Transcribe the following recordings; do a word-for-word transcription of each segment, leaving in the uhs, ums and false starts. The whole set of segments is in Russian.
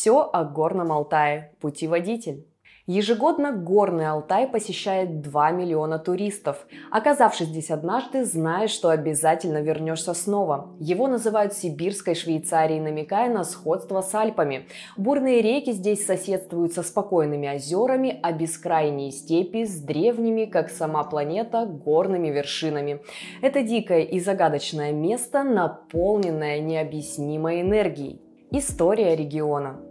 Все о Горном Алтае. Путеводитель. Ежегодно Горный Алтай посещает два миллиона туристов. Оказавшись здесь однажды, знаешь, что обязательно вернешься снова. Его называют Сибирской Швейцарией, намекая на сходство с Альпами. Бурные реки здесь соседствуют со спокойными озерами, а бескрайние степи с древними, как сама планета, горными вершинами. Это дикое и загадочное место, наполненное необъяснимой энергией. История региона.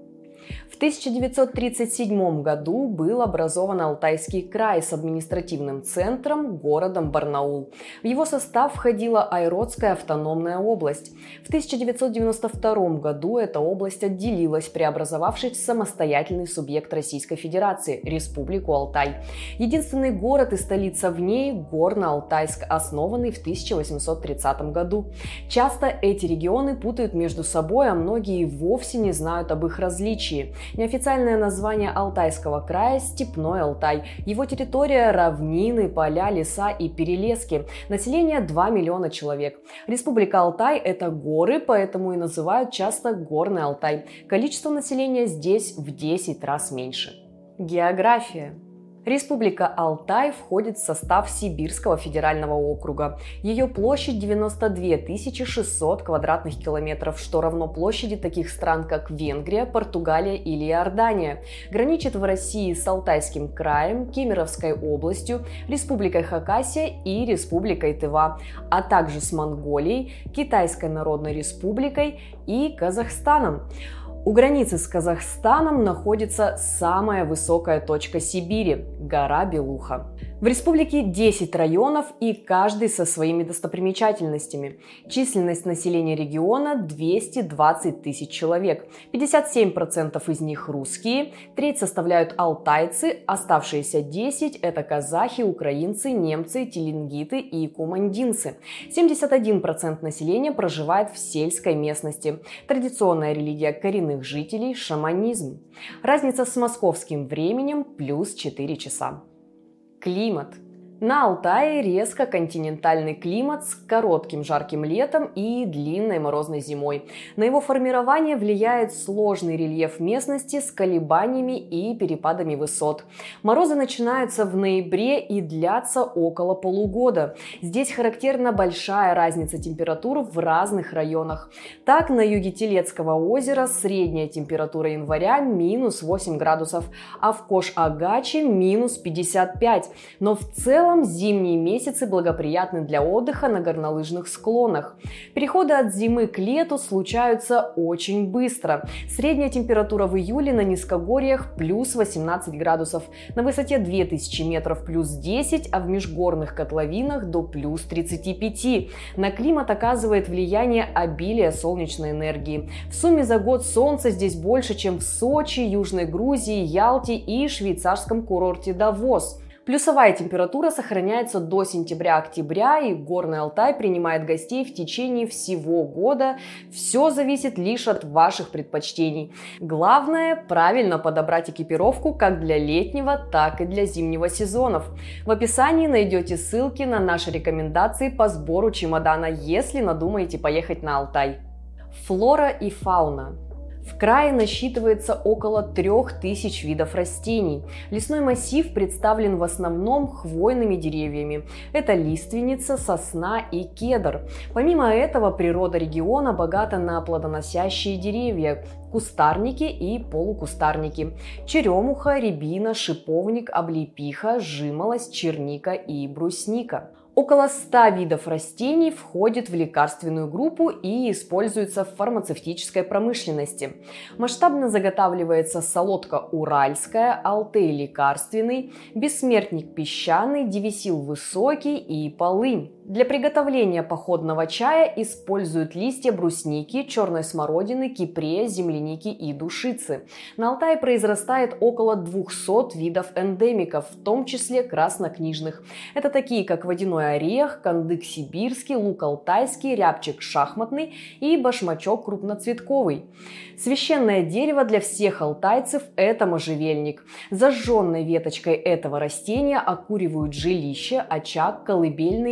В тысяча девятьсот тридцать седьмом году был образован Алтайский край с административным центром городом Барнаул. В его состав входила Айротская автономная область. В тысяча девятьсот девяносто втором году эта область отделилась, преобразовавшись в самостоятельный субъект Российской Федерации – Республику Алтай. Единственный город и столица в ней – Горно-Алтайск, основанный в тысяча восемьсот тридцатом году. Часто эти регионы путают между собой, а многие вовсе не знают об их различии. Неофициальное название Алтайского края – Степной Алтай. Его территория – равнины, поля, леса и перелески. Население – два миллиона человек. Республика Алтай – это горы, поэтому и называют часто Горный Алтай. Количество населения здесь в десять раз меньше. География. Республика Алтай входит в состав Сибирского федерального округа. Ее площадь девяносто две тысячи шестьсот квадратных километров, что равно площади таких стран, как Венгрия, Португалия или Иордания. Граничит в России с Алтайским краем, Кемеровской областью, Республикой Хакасия и Республикой Тыва, а также с Монголией, Китайской Народной Республикой и Казахстаном. У границы с Казахстаном находится самая высокая точка Сибири – гора Белуха. В республике десять районов, и каждый со своими достопримечательностями. Численность населения региона – двести двадцать тысяч человек. пятьдесят семь процентов из них русские, треть составляют алтайцы, оставшиеся десять процентов – это казахи, украинцы, немцы, теленгиты и кумандинцы. семьдесят один процент населения проживает в сельской местности. Традиционная религия коренных жителей – шаманизм. Разница с московским временем – плюс четыре часа. Климат. На Алтае резко континентальный климат с коротким жарким летом и длинной морозной зимой. На его формирование влияет сложный рельеф местности с колебаниями и перепадами высот. Морозы начинаются в ноябре и длятся около полугода. Здесь характерна большая разница температур в разных районах. Так, на юге Телецкого озера средняя температура января минус восемь градусов, а в Кош-Агаче минус пятьдесят пять. Но в целом зимние месяцы благоприятны для отдыха на горнолыжных склонах. Переходы от зимы к лету случаются очень быстро. Средняя температура в июле на низкогорьях плюс восемнадцать градусов, на высоте две тысячи метров плюс десять, а в межгорных котловинах до плюс тридцати пяти. На климат оказывает влияние обилие солнечной энергии. В сумме за год солнца здесь больше, чем в Сочи, Южной Грузии, Ялте и швейцарском курорте Давос. Плюсовая температура сохраняется до сентября-октября, и Горный Алтай принимает гостей в течение всего года. Все зависит лишь от ваших предпочтений. Главное – правильно подобрать экипировку как для летнего, так и для зимнего сезонов. В описании найдете ссылки на наши рекомендации по сбору чемодана, если надумаете поехать на Алтай. Флора и фауна. В крае насчитывается около трех тысяч видов растений. Лесной массив представлен в основном хвойными деревьями. Это лиственница, сосна и кедр. Помимо этого, природа региона богата на плодоносящие деревья, кустарники и полукустарники. Черемуха, рябина, шиповник, облепиха, жимолость, черника и брусника. Около ста видов растений входит в лекарственную группу и используется в фармацевтической промышленности. Масштабно заготавливается солодка уральская, алтей лекарственный, бессмертник песчаный, девисил высокий и полынь. Для приготовления походного чая используют листья брусники, черной смородины, кипрея, земляники и душицы. На Алтае произрастает около двухсот видов эндемиков, в том числе краснокнижных. Это такие, как водяной орех, кандык сибирский, лук алтайский, рябчик шахматный и башмачок крупноцветковый. Священное дерево для всех алтайцев – это можжевельник. Зажженной веточкой этого растения окуривают жилище, очаг, колыбельные и большие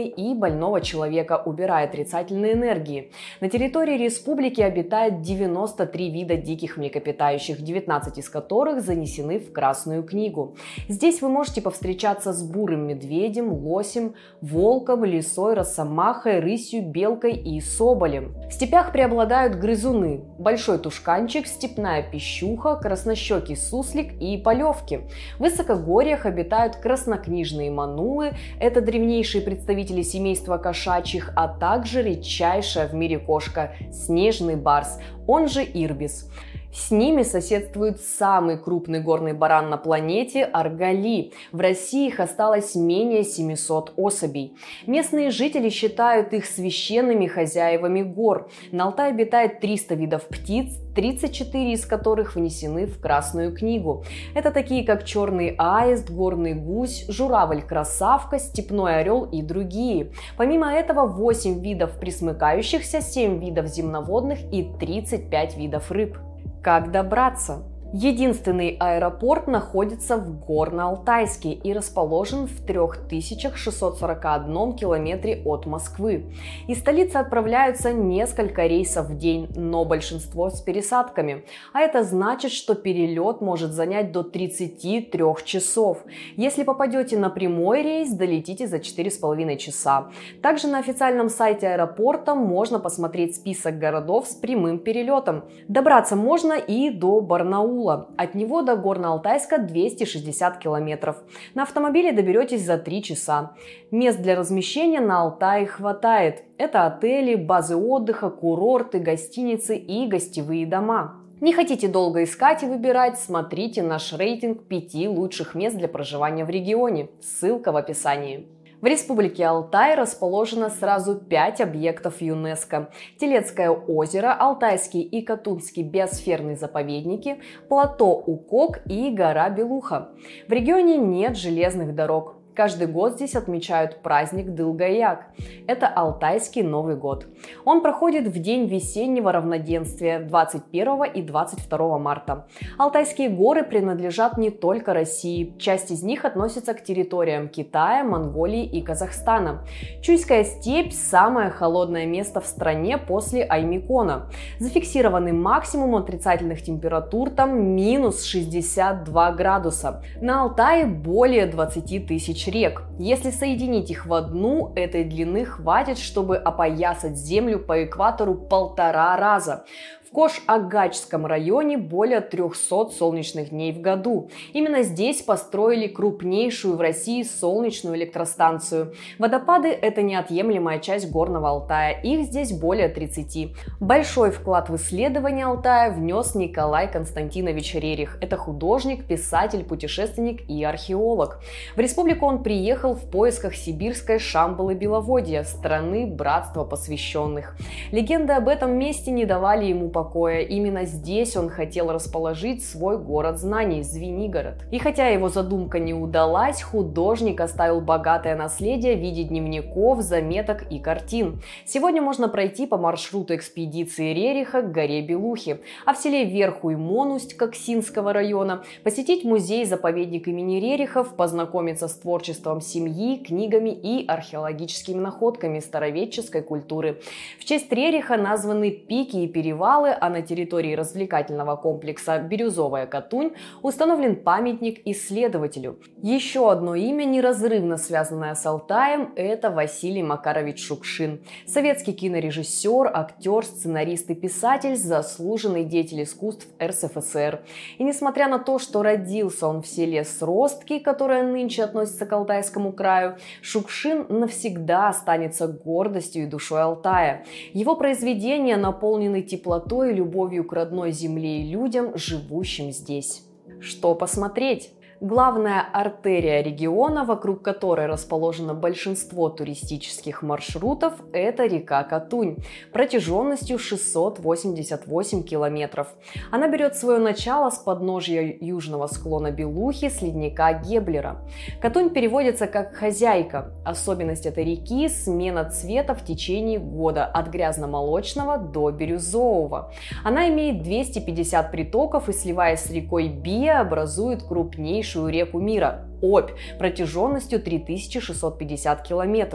больного человека, убирая отрицательные энергии. На территории республики обитает девяносто три вида диких млекопитающих, девятнадцать из которых занесены в Красную книгу. Здесь вы можете повстречаться с бурым медведем, лосем, волком, лисой, росомахой, рысью, белкой и соболем. В степях преобладают грызуны, большой тушканчик, степная пищуха, краснощекий суслик и полевки. В высокогорьях обитают краснокнижные манулы, это древнейшие представители семейства кошачьих, а также редчайшая в мире кошка – снежный барс, он же ирбис. С ними соседствует самый крупный горный баран на планете – аргали. В России их осталось менее семисот особей. Местные жители считают их священными хозяевами гор. На Алтае обитает триста видов птиц, тридцать четыре из которых внесены в Красную книгу. Это такие, как черный аист, горный гусь, журавль-красавка, степной орел и другие. Помимо этого, восемь видов пресмыкающихся, семь видов земноводных и тридцать пять видов рыб. Как добраться? Единственный аэропорт находится в Горно-Алтайске и расположен в трёх тысячах шестистах сорока одном километре от Москвы. Из столицы отправляются несколько рейсов в день, но большинство с пересадками. А это значит, что перелет может занять до тридцати трёх часов. Если попадете на прямой рейс, долетите за четыре с половиной часа. Также на официальном сайте аэропорта можно посмотреть список городов с прямым перелетом. Добраться можно и до Барнаула. От него до Горно-Алтайска двести шестьдесят километров. На автомобиле доберетесь за три часа. Мест для размещения на Алтае хватает. Это отели, базы отдыха, курорты, гостиницы и гостевые дома. Не хотите долго искать и выбирать? Смотрите наш рейтинг пяти лучших мест для проживания в регионе. Ссылка в описании. В Республике Алтай расположено сразу пять объектов ЮНЕСКО. Телецкое озеро, Алтайский и Катунский биосферные заповедники, плато Укок и гора Белуха. В регионе нет железных дорог. Каждый год здесь отмечают праздник Дылгаяк. Это Алтайский Новый год. Он проходит в день весеннего равноденствия двадцать первого и двадцать второго марта. Алтайские горы принадлежат не только России. Часть из них относится к территориям Китая, Монголии и Казахстана. Чуйская степь – самое холодное место в стране после Аймикона. Зафиксированный максимум отрицательных температур там минус шестьдесят два градуса. На Алтае более двадцати тысяч рек. Если соединить их в одну, этой длины хватит, чтобы опоясать Землю по экватору полтора раза. В Кош-Агачском районе более трёхсот солнечных дней в году. Именно здесь построили крупнейшую в России солнечную электростанцию. Водопады – это неотъемлемая часть Горного Алтая. Их здесь более тридцати. Большой вклад в исследование Алтая внес Николай Константинович Рерих. Это художник, писатель, путешественник и археолог. В республику он приехал в поисках сибирской Шамбалы-Беловодья, страны братства посвященных. Легенды об этом месте не давали ему покоя. Именно здесь он хотел расположить свой город знаний – Звенигород. И хотя его задумка не удалась, художник оставил богатое наследие в виде дневников, заметок и картин. Сегодня можно пройти по маршруту экспедиции Рериха к горе Белухи, а в селе Верхуй-Монусть Коксинского района посетить музей-заповедник имени Рерихов, познакомиться с творчеством семьи, книгами и археологическими находками староветческой культуры. В честь Рериха названы пики и перевалы, а на территории развлекательного комплекса «Бирюзовая Катунь» установлен памятник исследователю. Еще одно имя, неразрывно связанное с Алтаем, это Василий Макарович Шукшин. Советский кинорежиссер, актер, сценарист и писатель, заслуженный деятель искусств эр эс эф эс эр. И несмотря на то, что родился он в селе Сростки, которое нынче относится к Алтайскому краю, Шукшин навсегда останется гордостью и душой Алтая. Его произведения наполнены теплотой и любовью к родной земле и людям, живущим здесь. Что посмотреть? Главная артерия региона, вокруг которой расположено большинство туристических маршрутов, это река Катунь, протяженностью шестьсот восемьдесят восемь километров. Она берет свое начало с подножья южного склона Белухи с ледника Геблера. Катунь переводится как «хозяйка». Особенность этой реки – смена цвета в течение года от грязно-молочного до бирюзового. Она имеет двести пятьдесят притоков и, сливаясь с рекой Бия, образует крупнейшую реку мира – Обь, протяженностью три тысячи шестьсот пятьдесят километров.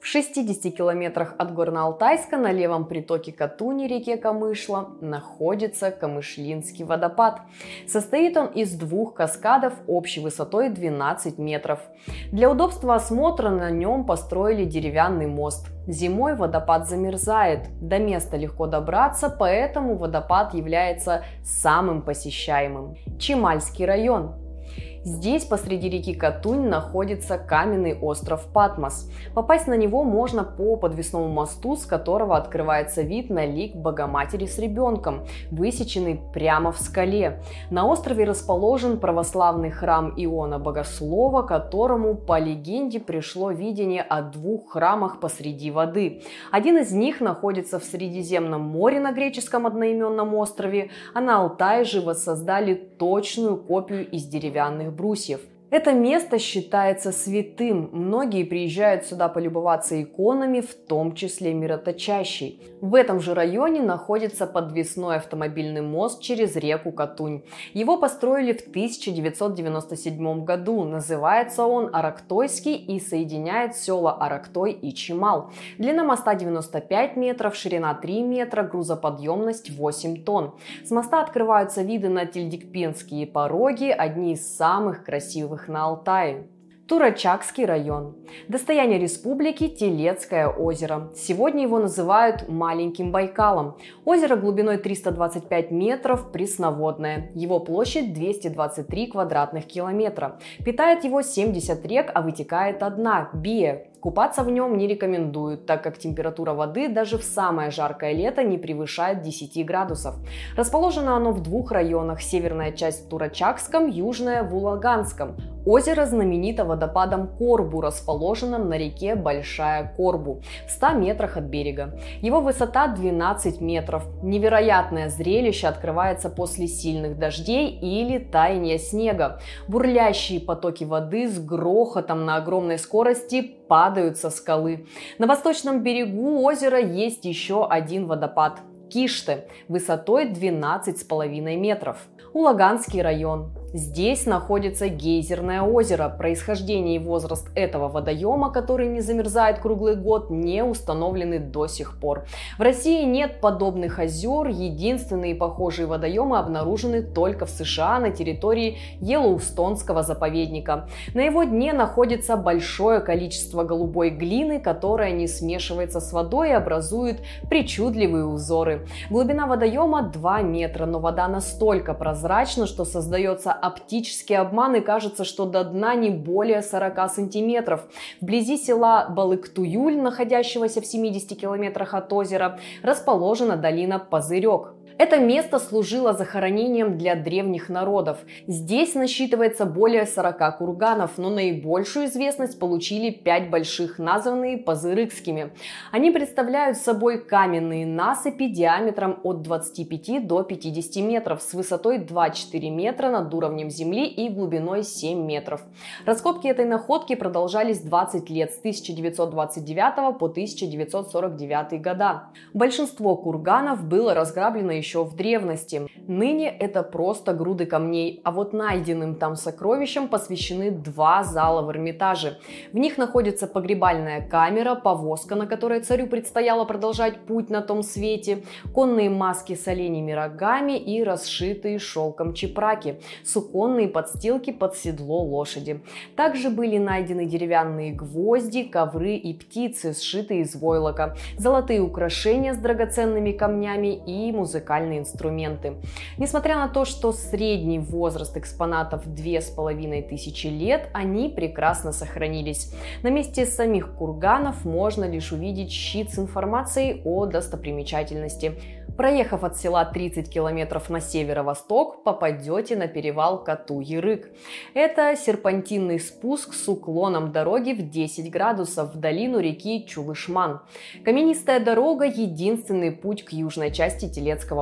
В шестидесяти километрах от Горно-Алтайска на левом притоке Катуни, реке Камышла, находится Камышлинский водопад. Состоит он из двух каскадов общей высотой двенадцать метров. Для удобства осмотра на нем построили деревянный мост. Зимой водопад замерзает, до места легко добраться, поэтому водопад является самым посещаемым. Чимальский район. Здесь посреди реки Катунь находится каменный остров Патмос. Попасть на него можно по подвесному мосту, с которого открывается вид на лик Богоматери с ребенком, высеченный прямо в скале. На острове расположен православный храм Иоанна Богослова, которому, по легенде, пришло видение о двух храмах посреди воды. Один из них находится в Средиземном море на греческом одноименном острове, а на Алтае же воссоздали точную копию из деревянных брусьев. Это место считается святым. Многие приезжают сюда полюбоваться иконами, в том числе Мироточащей. В этом же районе находится подвесной автомобильный мост через реку Катунь. Его построили в тысяча девятьсот девяносто седьмом году. Называется он Арактойский и соединяет села Арактой и Чимал. Длина моста девяносто пять метров, ширина три метра, грузоподъемность восемь тонн. С моста открываются виды на Тильдикпенские пороги, одни из самых красивых на Алтае. Турочакский район. Достояние республики Телецкое озеро. Сегодня его называют Маленьким Байкалом. Озеро глубиной триста двадцать пять метров, пресноводное. Его площадь двести двадцать три квадратных километра. Питает его семьдесят рек, а вытекает одна – Бия. Купаться в нем не рекомендуют, так как температура воды даже в самое жаркое лето не превышает десяти градусов. Расположено оно в двух районах. Северная часть в Турочакском, южная в Улаганском. Озеро знаменито водопадом Корбу, расположенным на реке Большая Корбу, в ста метрах от берега. Его высота двенадцать метров. Невероятное зрелище открывается после сильных дождей или таяния снега. Бурлящие потоки воды с грохотом на огромной скорости падают со скалы. На восточном берегу озера есть еще один водопад – Киште, высотой двенадцать с половиной метров. Улаганский район. Здесь находится гейзерное озеро. Происхождение и возраст этого водоема, который не замерзает круглый год, не установлены до сих пор. В России нет подобных озер. Единственные похожие водоемы обнаружены только в США на территории Йеллоустонского заповедника. На его дне находится большое количество голубой глины, которая не смешивается с водой и образует причудливые узоры. Глубина водоема два метра, но вода настолько прозрачна, что создается оптический обман и кажется, что до дна не более сорока сантиметров. Вблизи села Балык-Туюль, находящегося в семидесяти километрах от озера, расположена долина Пазырек. Это место служило захоронением для древних народов. Здесь насчитывается более сорока курганов, но наибольшую известность получили пять больших, названные Пазырыкскими. Они представляют собой каменные насыпи диаметром от двадцати пяти до пятидесяти метров с высотой два и четыре метра над уровнем земли и глубиной семь метров. Раскопки этой находки продолжались двадцать лет, с тысяча девятьсот двадцать девятого по тысяча девятьсот сорок девятый года. Большинство курганов было разграблено еще в древности. Ныне это просто груды камней, а вот найденным там сокровищам посвящены два зала в Эрмитаже. В них находится погребальная камера, повозка, на которой царю предстояло продолжать путь на том свете, конные маски с оленями рогами и расшитые шелком чепраки, суконные подстилки под седло лошади. Также были найдены деревянные гвозди, ковры и птицы, сшитые из войлока, золотые украшения с драгоценными камнями и музыкальные инструменты. Несмотря на то, что средний возраст экспонатов две с половиной тысячи лет, они прекрасно сохранились. На месте самих курганов можно лишь увидеть щит с информацией о достопримечательности. Проехав от села тридцать километров на северо-восток, попадете на перевал Кату-Ярык. Это серпантинный спуск с уклоном дороги в десять градусов в долину реки Чулышман. Каменистая дорога – единственный путь к южной части Телецкого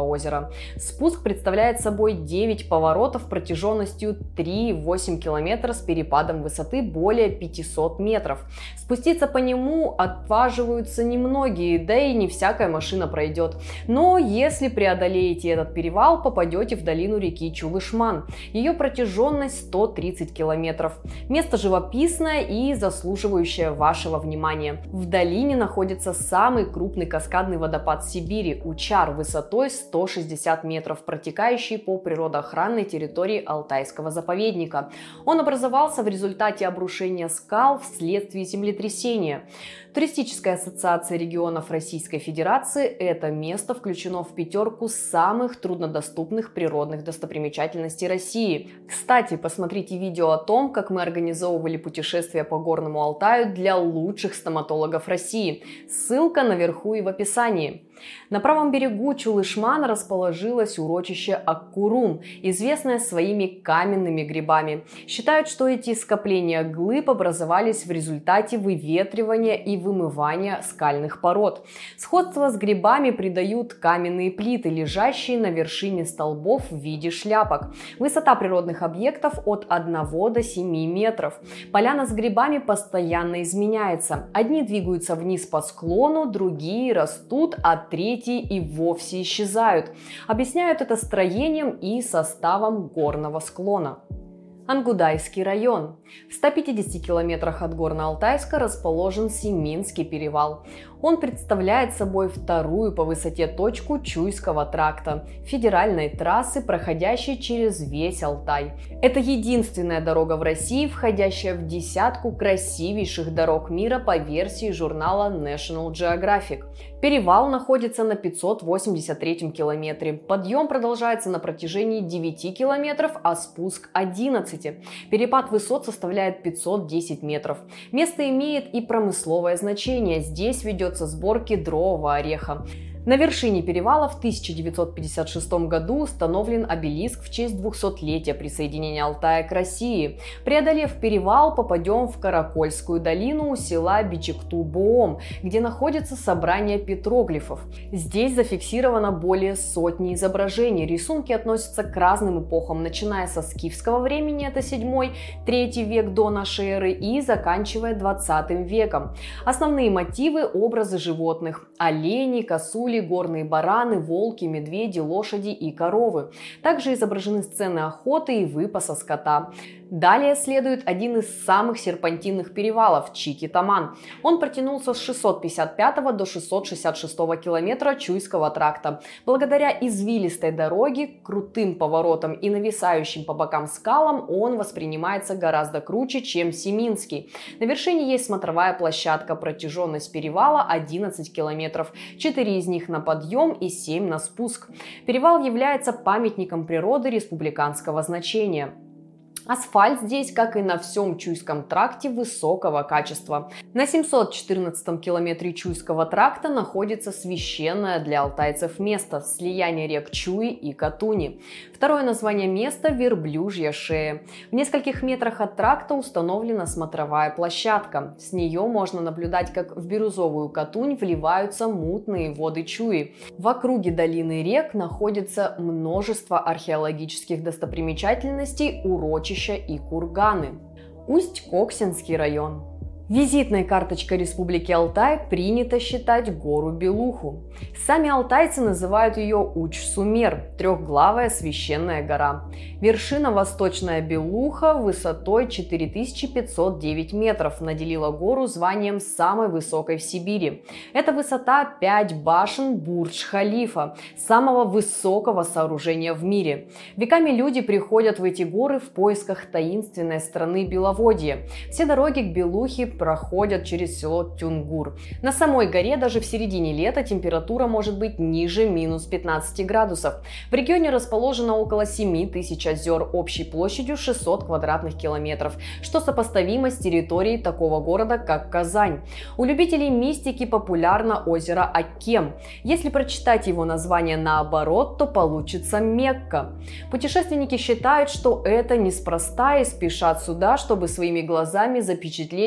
озера. Спуск представляет собой девять поворотов протяженностью три и восемь километра с перепадом высоты более пятисот метров. Спуститься по нему отваживаются немногие, да и не всякая машина пройдет. Но если преодолеете этот перевал, попадете в долину реки Чулышман. Ее протяженность сто тридцать километров. Место живописное и заслуживающее вашего внимания. В долине находится самый крупный каскадный водопад Сибири – Учар, высотой сто шестьдесят метров, протекающий по природоохранной территории Алтайского заповедника. Он образовался в результате обрушения скал вследствие землетрясения. Туристическая ассоциация регионов Российской Федерации это место включено в пятерку самых труднодоступных природных достопримечательностей России. Кстати, посмотрите видео о том, как мы организовывали путешествие по Горному Алтаю для лучших стоматологов России. Ссылка наверху и в описании. На правом берегу Чулышмана расположилось урочище Аккурум, известное своими каменными грибами. Считают, что эти скопления глыб образовались в результате выветривания и вымывания скальных пород. Сходство с грибами придают каменные плиты, лежащие на вершине столбов в виде шляпок. Высота природных объектов от одного до семи метров. Поляна с грибами постоянно изменяется. Одни двигаются вниз по склону, другие растут, а третьи и вовсе исчезают. Объясняют это строением и составом горного склона. Ангудайский район. В ста пятидесяти километрах от Горно-Алтайска расположен Семинский перевал. Он представляет собой вторую по высоте точку Чуйского тракта, федеральной трассы, проходящей через весь Алтай. Это единственная дорога в России, входящая в десятку красивейших дорог мира по версии журнала National Geographic. Перевал находится на пятьсот восемьдесят третьем километре. Подъем продолжается на протяжении девяти километров, а спуск одиннадцати. Перепад высот составляет пятьсот десять метров. Место имеет и промысловое значение. Здесь ведется сбор кедрового ореха. На вершине перевала в тысяча девятьсот пятьдесят шестом году установлен обелиск в честь двухсотлетия присоединения Алтая к России. Преодолев перевал, попадем в Каракольскую долину у села Бичекту-Боом, где находится собрание петроглифов. Здесь зафиксировано более сотни изображений. Рисунки относятся к разным эпохам, начиная со скифского времени, это седьмой-третий век до нашей эры, и заканчивая двадцатым веком. Основные мотивы – образы животных – олени, косули, горные бараны, волки, медведи, лошади и коровы. Также изображены сцены охоты и выпаса скота. Далее следует один из самых серпантинных перевалов – Чики-Таман. Он протянулся с шестьсот пятьдесят пятого до шестьсот шестьдесят шестого километра Чуйского тракта. Благодаря извилистой дороге, крутым поворотам и нависающим по бокам скалам он воспринимается гораздо круче, чем Семинский. На вершине есть смотровая площадка, протяженность перевала одиннадцать километров, четыре из них на подъем и семь на спуск. Перевал является памятником природы республиканского значения. Асфальт здесь, как и на всем Чуйском тракте, высокого качества. На семьсот четырнадцатом километре Чуйского тракта находится священное для алтайцев место – слияние рек Чуй и Катуни. Второе название места – Верблюжья шея. В нескольких метрах от тракта установлена смотровая площадка. С нее можно наблюдать, как в бирюзовую Катунь вливаются мутные воды Чуи. В округе долины рек находится множество археологических достопримечательностей, урочищ и курганы. Усть-Коксинский район. Визитной карточкой Республики Алтай принято считать гору Белуху. Сами алтайцы называют ее Уч-Сумер – трехглавая священная гора. Вершина Восточная Белуха высотой четыре тысячи пятьсот девять метров наделила гору званием самой высокой в Сибири. Эта высота пять башен Бурдж-Халифа, самого высокого сооружения в мире. Веками люди приходят в эти горы в поисках таинственной страны Беловодье. Все дороги к Белухе проходят через село Тюнгур. На самой горе даже в середине лета температура может быть ниже минус пятнадцати градусов. В регионе расположено около семи тысяч озер общей площадью шестьсот квадратных километров, что сопоставимо с территорией такого города, как Казань. У любителей мистики популярно озеро Аккем. Если прочитать его название наоборот, то получится Мекка. Путешественники считают, что это неспроста и спешат сюда, чтобы своими глазами запечатлеть в нем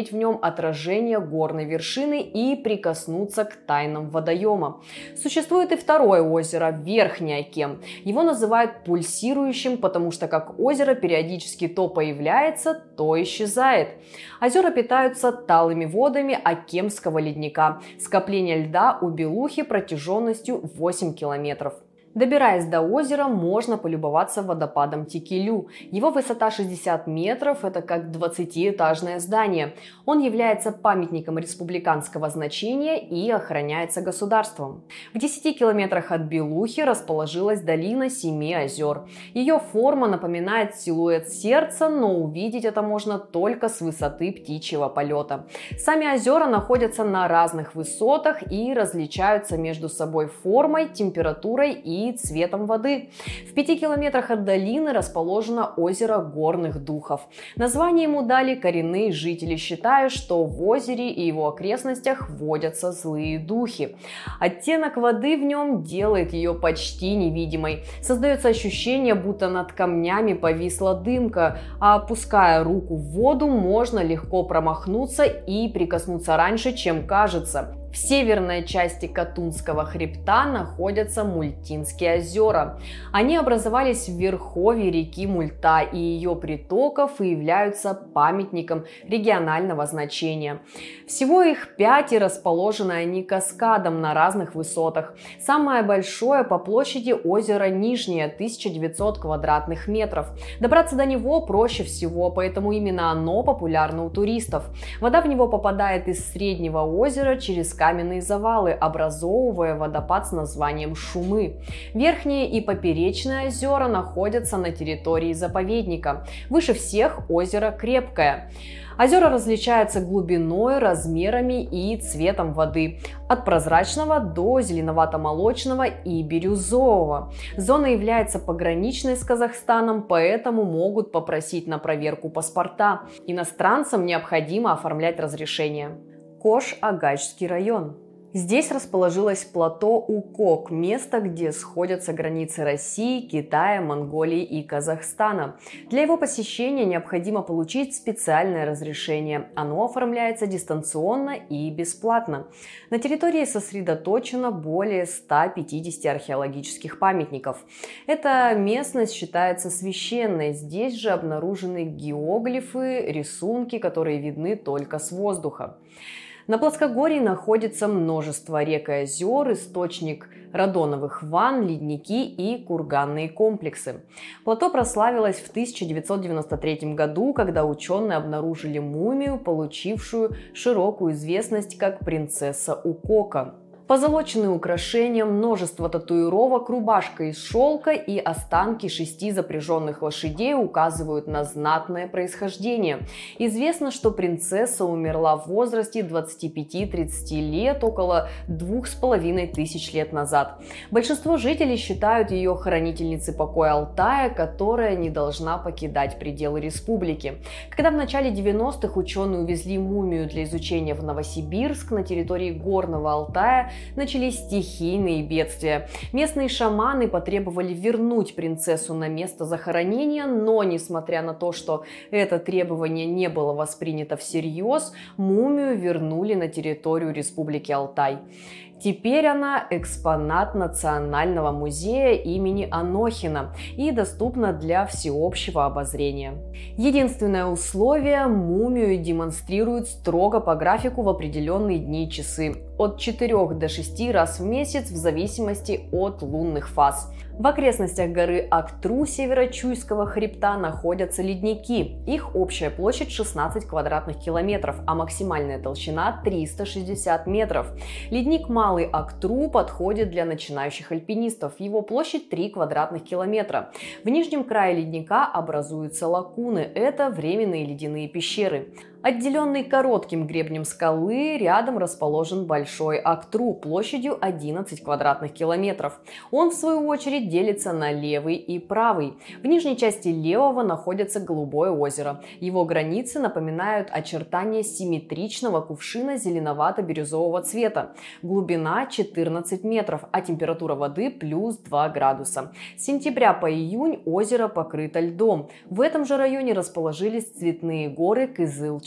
отражение горной вершины и прикоснуться к тайнам водоема. Существует и второе озеро, Верхний Акем. Его называют пульсирующим, потому что как озеро периодически то появляется, то исчезает. Озера питаются талыми водами Акемского ледника, скопление льда у Белухи протяженностью восемь километров. Добираясь до озера, можно полюбоваться водопадом Текелю. Его высота шестьдесят метров, это как двадцатиэтажное здание. Он является памятником республиканского значения и охраняется государством. В десяти километрах от Белухи расположилась долина Семи озер. Ее форма напоминает силуэт сердца, но увидеть это можно только с высоты птичьего полета. Сами озера находятся на разных высотах и различаются между собой формой, температурой и и цветом воды. В пяти километрах от долины расположено озеро Горных Духов. Название ему дали коренные жители, считая, что в озере и его окрестностях водятся злые духи. Оттенок воды в нем делает ее почти невидимой. Создается ощущение, будто над камнями повисла дымка, а опуская руку в воду, можно легко промахнуться и прикоснуться раньше, чем кажется. В северной части Катунского хребта находятся Мультинские озера. Они образовались в верховье реки Мульта и ее притоков и являются памятником регионального значения. Всего их пять, и расположены они каскадом на разных высотах. Самое большое по площади озеро Нижнее, тысяча девятьсот квадратных метров. Добраться до него проще всего, поэтому именно оно популярно у туристов. Вода в него попадает из Среднего озера через каменные завалы, образовывая водопад с названием Шумы. Верхние и Поперечные озера находятся на территории заповедника. Выше всех озеро Крепкое. Озера различаются глубиной, размерами и цветом воды. От прозрачного до зеленовато-молочного и бирюзового. Зона является пограничной с Казахстаном, поэтому могут попросить на проверку паспорта. Иностранцам необходимо оформлять разрешение. Кош-Агачский район. Здесь расположилось плато Укок, место, где сходятся границы России, Китая, Монголии и Казахстана. Для его посещения необходимо получить специальное разрешение. Оно оформляется дистанционно и бесплатно. На территории сосредоточено более ста пятидесяти археологических памятников. Эта местность считается священной. Здесь же обнаружены геоглифы, рисунки, которые видны только с воздуха. На плоскогорье находится множество рек и озер, источник радоновых ванн, ледники и курганные комплексы. Плато прославилось в тысяча девятьсот девяносто третьем году, когда ученые обнаружили мумию, получившую широкую известность как принцесса Укока. Позолоченные украшения, множество татуировок, рубашка из шелка и останки шести запряженных лошадей указывают на знатное происхождение. Известно, что принцесса умерла в возрасте двадцати пяти — тридцати лет около двух с половиной тысяч лет назад. Большинство жителей считают ее хранительницей покоя Алтая, которая не должна покидать пределы республики. Когда в начале девяностых ученые увезли мумию для изучения в Новосибирск, на территории Горного Алтая начались стихийные бедствия. Местные шаманы потребовали вернуть принцессу на место захоронения, но, несмотря на то, что это требование не было воспринято всерьез, мумию вернули на территорию Республики Алтай. Теперь она экспонат Национального музея имени Анохина и доступна для всеобщего обозрения. Единственное условие – мумию демонстрируют строго по графику в определенные дни и часы, от четырёх до шести раз в месяц в зависимости от лунных фаз. В окрестностях горы Актру Северо-Чуйского хребта находятся ледники. Их общая площадь шестнадцать квадратных километров, а максимальная толщина триста шестьдесят метров. Ледник Малый Актру подходит для начинающих альпинистов. Его площадь три квадратных километра. В нижнем крае ледника образуются лагуны. Это временные ледяные пещеры. Отделенный коротким гребнем скалы, рядом расположен Большой Актру площадью одиннадцать квадратных километров. Он, в свою очередь, делится на левый и правый. В нижней части левого находится Голубое озеро. Его границы напоминают очертания симметричного кувшина зеленовато-бирюзового цвета. Глубина четырнадцать метров, а температура воды плюс два градуса. С сентября по июнь озеро покрыто льдом. В этом же районе расположились цветные горы Кызыл-Ча.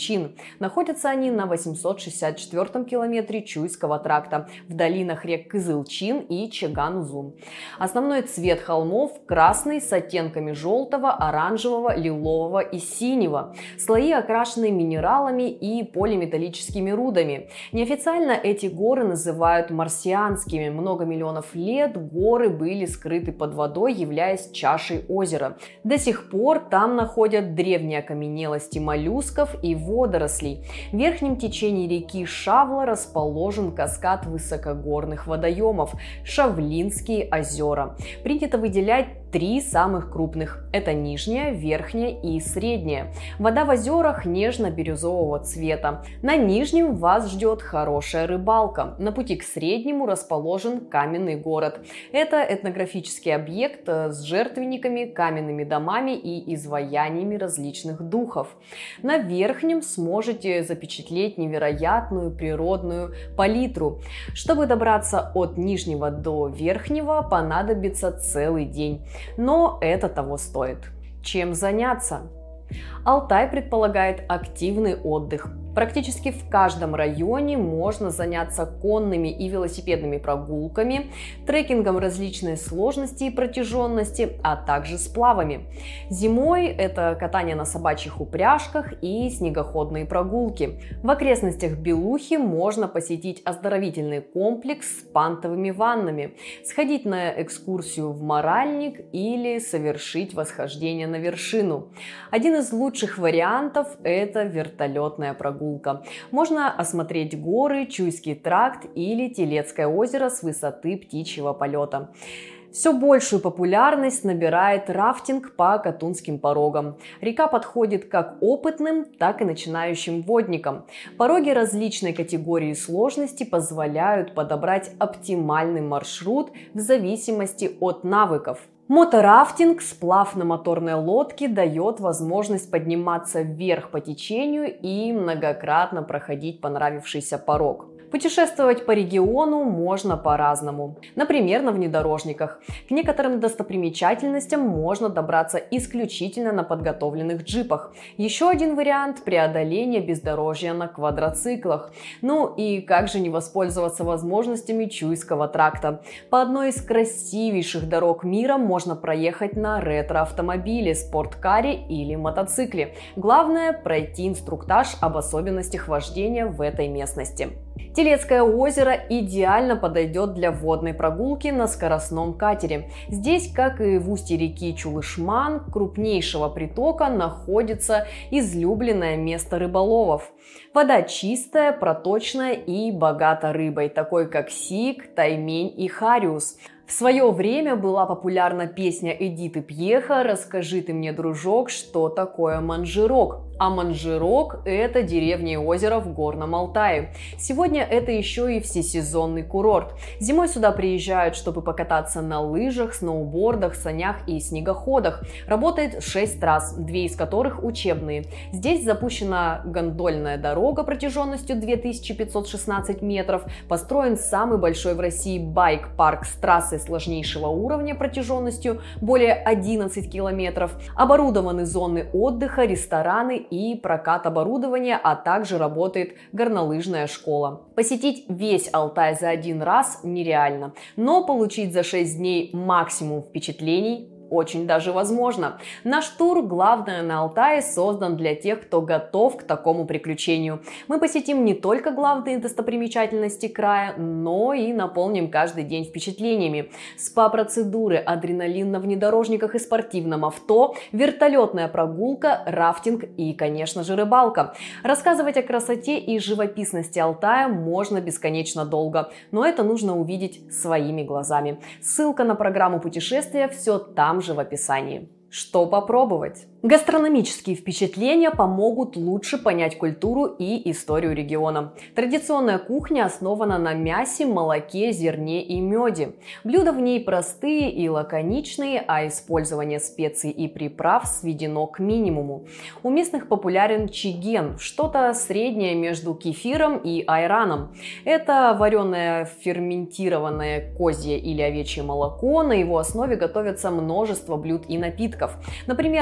причин. Находятся они на восемьсот шестьдесят четвёртом километре Чуйского тракта, в долинах рек Кызылчин и Чеган-Узун. Основной цвет холмов – красный с оттенками желтого, оранжевого, лилового и синего. Слои окрашены минералами и полиметаллическими рудами. Неофициально эти горы называют марсианскими. Много миллионов лет горы были скрыты под водой, являясь чашей озера. До сих пор там находят древние окаменелости моллюсков и водорослей. В верхнем течении реки Шавла расположен каскад высокогорных водоемов – Шавлинские озера. Принято выделять три самых крупных – это нижняя, верхняя и средняя. Вода в озерах нежно-бирюзового цвета. На нижнем вас ждет хорошая рыбалка. На пути к среднему расположен каменный город. Это этнографический объект с жертвенниками, каменными домами и изваяниями различных духов. На верхнем сможете запечатлеть невероятную природную палитру. Чтобы добраться от нижнего до верхнего, понадобится целый день. Но это того стоит. Чем заняться? Алтай предполагает активный отдых. Практически в каждом районе можно заняться конными и велосипедными прогулками, трекингом различной сложности и протяженности, а также сплавами. Зимой это катание на собачьих упряжках и снегоходные прогулки. В окрестностях Белухи можно посетить оздоровительный комплекс с пантовыми ваннами, сходить на экскурсию в Моральник или совершить восхождение на вершину. Один из лучших вариантов – это вертолетная прогулка. Можно осмотреть горы, Чуйский тракт или Телецкое озеро с высоты птичьего полета. Все большую популярность набирает рафтинг по Катунским порогам. Река подходит как опытным, так и начинающим водникам. Пороги различной категории сложности позволяют подобрать оптимальный маршрут в зависимости от навыков. Моторафтинг, сплав на моторной лодке, дает возможность подниматься вверх по течению и многократно проходить понравившийся порог. Путешествовать по региону можно по-разному. Например, на внедорожниках. К некоторым достопримечательностям можно добраться исключительно на подготовленных джипах. Еще один вариант – преодоление бездорожья на квадроциклах. Ну и как же не воспользоваться возможностями Чуйского тракта? По одной из красивейших дорог мира можно проехать на ретро-автомобиле, спорткаре или мотоцикле. Главное – пройти инструктаж об особенностях вождения в этой местности. Телецкое озеро идеально подойдет для водной прогулки на скоростном катере. Здесь, как и в устье реки Чулышман, крупнейшего притока, находится излюбленное место рыболовов. Вода чистая, проточная и богата рыбой, такой как сик, таймень и хариус. В свое время была популярна песня Эдиты Пьеха «Расскажи ты мне, дружок, что такое Манжирок». А Манжирок – это деревня и озеро в Горном Алтае. Сегодня это еще и всесезонный курорт. Зимой сюда приезжают, чтобы покататься на лыжах, сноубордах, санях и снегоходах. Работает шесть трасс, две из которых учебные. Здесь запущена гондольная дорога протяженностью две тысячи пятьсот шестнадцать метров. Построен самый большой в России байк-парк с трассой сложнейшего уровня протяженностью более одиннадцати километров. Оборудованы зоны отдыха, рестораны и прокат оборудования, а также работает горнолыжная школа. Посетить весь Алтай за один раз нереально, но получить за шесть дней максимум впечатлений очень даже возможно. Наш тур «Главное на Алтае» создан для тех, кто готов к такому приключению. Мы посетим не только главные достопримечательности края, но и наполним каждый день впечатлениями. СПА-процедуры, адреналин на внедорожниках и спортивном авто, вертолетная прогулка, рафтинг и, конечно же, рыбалка. Рассказывать о красоте и живописности Алтая можно бесконечно долго, но это нужно увидеть своими глазами. Ссылка на программу путешествия все там же в описании. Что попробовать? Гастрономические впечатления помогут лучше понять культуру и историю региона. Традиционная кухня основана на мясе, молоке, зерне и меде. Блюда в ней простые и лаконичные, а использование специй и приправ сведено к минимуму. У местных популярен чиген, что-то среднее между кефиром и айраном. Это вареное ферментированное козье или овечье молоко, на его основе готовятся множество блюд и напитков. Например, арахис,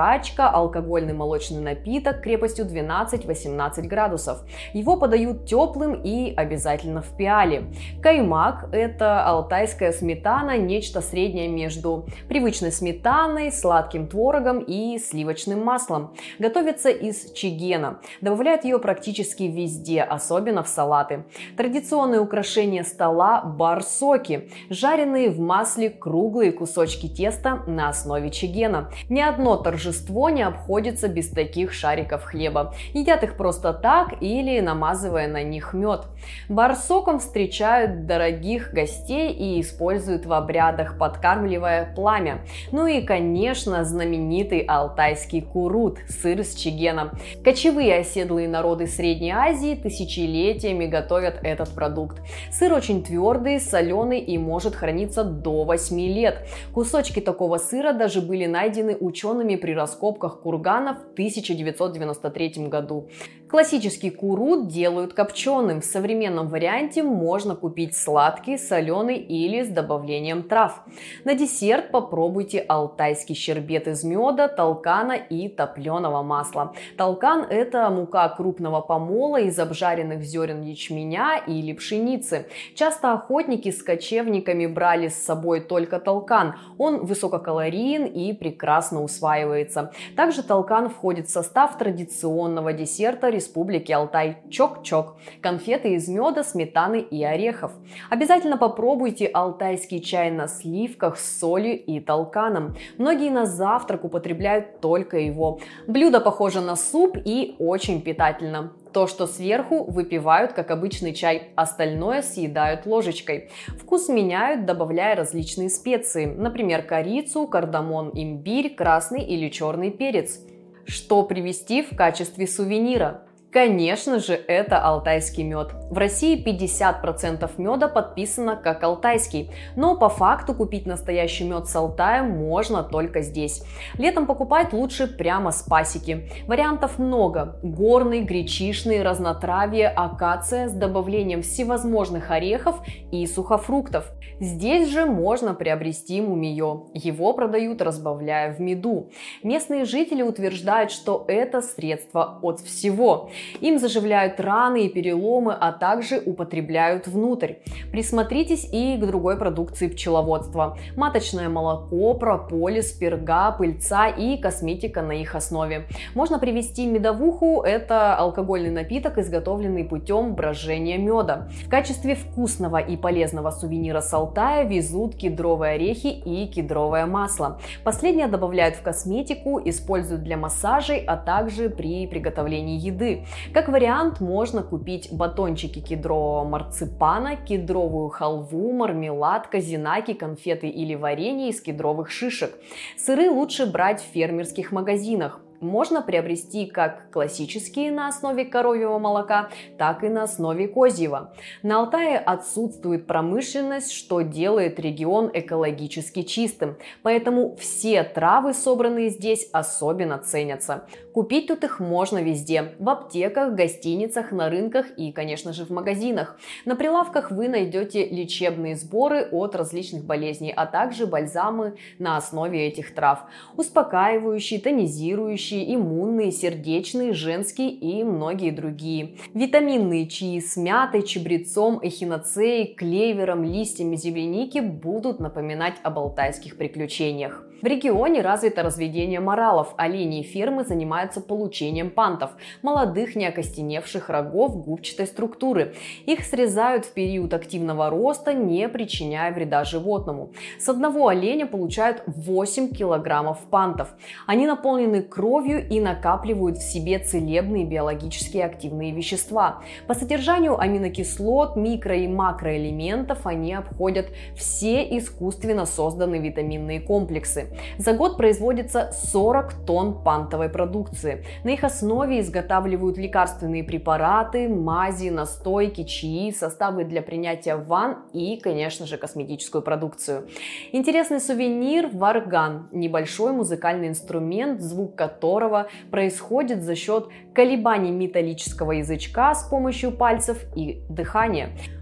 жрачка – алкогольный молочный напиток крепостью двенадцать-восемнадцать градусов. Его подают теплым и обязательно в пиале. Каймак – это алтайская сметана, нечто среднее между привычной сметаной, сладким творогом и сливочным маслом. Готовится из чигена. Добавляют ее практически везде, особенно в салаты. Традиционное украшение стола – барсоки, жареные в масле круглые кусочки теста на основе чигена. Ни одно торжество не обходится без таких шариков хлеба. Едят их просто так или намазывая на них мед. Барсоком встречают дорогих гостей и используют в обрядах, подкармливая пламя. Ну и, конечно, знаменитый алтайский курут – сыр с чигеном. Кочевые оседлые народы Средней Азии тысячелетиями готовят этот продукт. Сыр очень твердый, соленый и может храниться до восьми лет. Кусочки такого сыра даже были найдены учеными при раскопках курганов в тысяча девятьсот девяносто третьем году. Классический курут делают копченым. В современном варианте можно купить сладкий, соленый или с добавлением трав. На десерт попробуйте алтайский щербет из меда, толкана и топленого масла. Толкан – это мука крупного помола из обжаренных зерен ячменя или пшеницы. Часто охотники с кочевниками брали с собой только толкан. Он высококалориен и прекрасно усваивается. Также толкан входит в состав традиционного десерта Республики Алтай – чок-чок – конфеты из меда, сметаны и орехов. Обязательно попробуйте алтайский чай на сливках с солью и толканом. Многие на завтрак употребляют только его. Блюдо похоже на суп и очень питательно. То, что сверху, выпивают как обычный чай, остальное съедают ложечкой. Вкус меняют, добавляя различные специи, например, корицу, кардамон, имбирь, красный или черный перец. Что привезти в качестве сувенира? Конечно же, это алтайский мед. В России пятьдесят процентов меда подписано как алтайский, но по факту купить настоящий мед с Алтая можно только здесь. Летом покупать лучше прямо с пасеки. Вариантов много. Горный, гречишный, разнотравье, акация с добавлением всевозможных орехов и сухофруктов. Здесь же можно приобрести мумиё. Его продают, разбавляя в меду. Местные жители утверждают, что это средство от всего. Им заживляют раны и переломы, а также употребляют внутрь. Присмотритесь и к другой продукции пчеловодства. Маточное молоко, прополис, перга, пыльца и косметика на их основе. Можно привезти медовуху – это алкогольный напиток, изготовленный путем брожения меда. В качестве вкусного и полезного сувенира с Алтая везут кедровые орехи и кедровое масло. Последнее добавляют в косметику, используют для массажей, а также при приготовлении еды. Как вариант, можно купить батончики кедрового марципана, кедровую халву, мармелад, казинаки, конфеты или варенье из кедровых шишек. Сыры лучше брать в фермерских магазинах. Можно приобрести как классические на основе коровьего молока, так и на основе козьего. На Алтае отсутствует промышленность, что делает регион экологически чистым, поэтому все травы, собранные здесь, особенно ценятся. Купить тут их можно везде – в аптеках, гостиницах, на рынках и, конечно же, в магазинах. На прилавках вы найдете лечебные сборы от различных болезней, а также бальзамы на основе этих трав. Успокаивающие, тонизирующие, иммунные, сердечные, женские и многие другие. Витаминные чаи с мятой, чабрецом, эхиноцеей, клевером, листьями земляники будут напоминать об алтайских приключениях. В регионе развито разведение моралов. Оленьи фермы занимаются получением пантов, молодых неокостеневших рогов губчатой структуры. Их срезают в период активного роста, не причиняя вреда животному. С одного оленя получают восемь килограммов пантов. Они наполнены кровью и накапливают в себе целебные биологически активные вещества. По содержанию аминокислот, микро- и макроэлементов они обходят все искусственно созданные витаминные комплексы. За год производится сорок тонн пантовой продукции. На их основе изготавливают лекарственные препараты, мази, настойки, чаи, составы для принятия ванн и, конечно же, косметическую продукцию. Интересный сувенир – варган – небольшой музыкальный инструмент, звук которого происходит за счет колебаний металлического язычка с помощью пальцев и дыхания.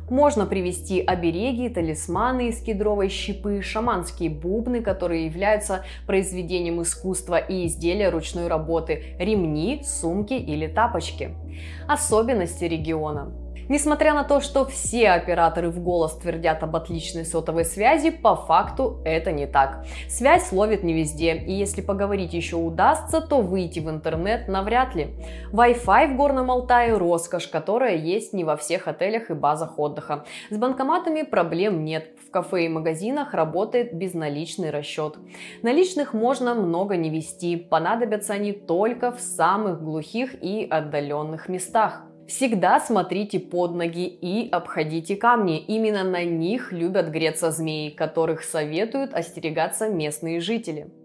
Можно привезти обереги, талисманы из кедровой щепы, шаманские бубны, которые являются произведением искусства, и изделия ручной работы, ремни, сумки или тапочки. Особенности региона. Несмотря на то, что все операторы в голос твердят об отличной сотовой связи, по факту это не так. Связь ловит не везде, и если поговорить еще удастся, то выйти в интернет навряд ли. Wi-Fi в Горном Алтае – роскошь, которая есть не во всех отелях и базах отдыха. С банкоматами проблем нет. В кафе и магазинах работает безналичный расчет. Наличных можно много не везти, понадобятся они только в самых глухих и отдаленных местах. Всегда смотрите под ноги и обходите камни. Именно на них любят греться змеи, которых советуют остерегаться местные жители.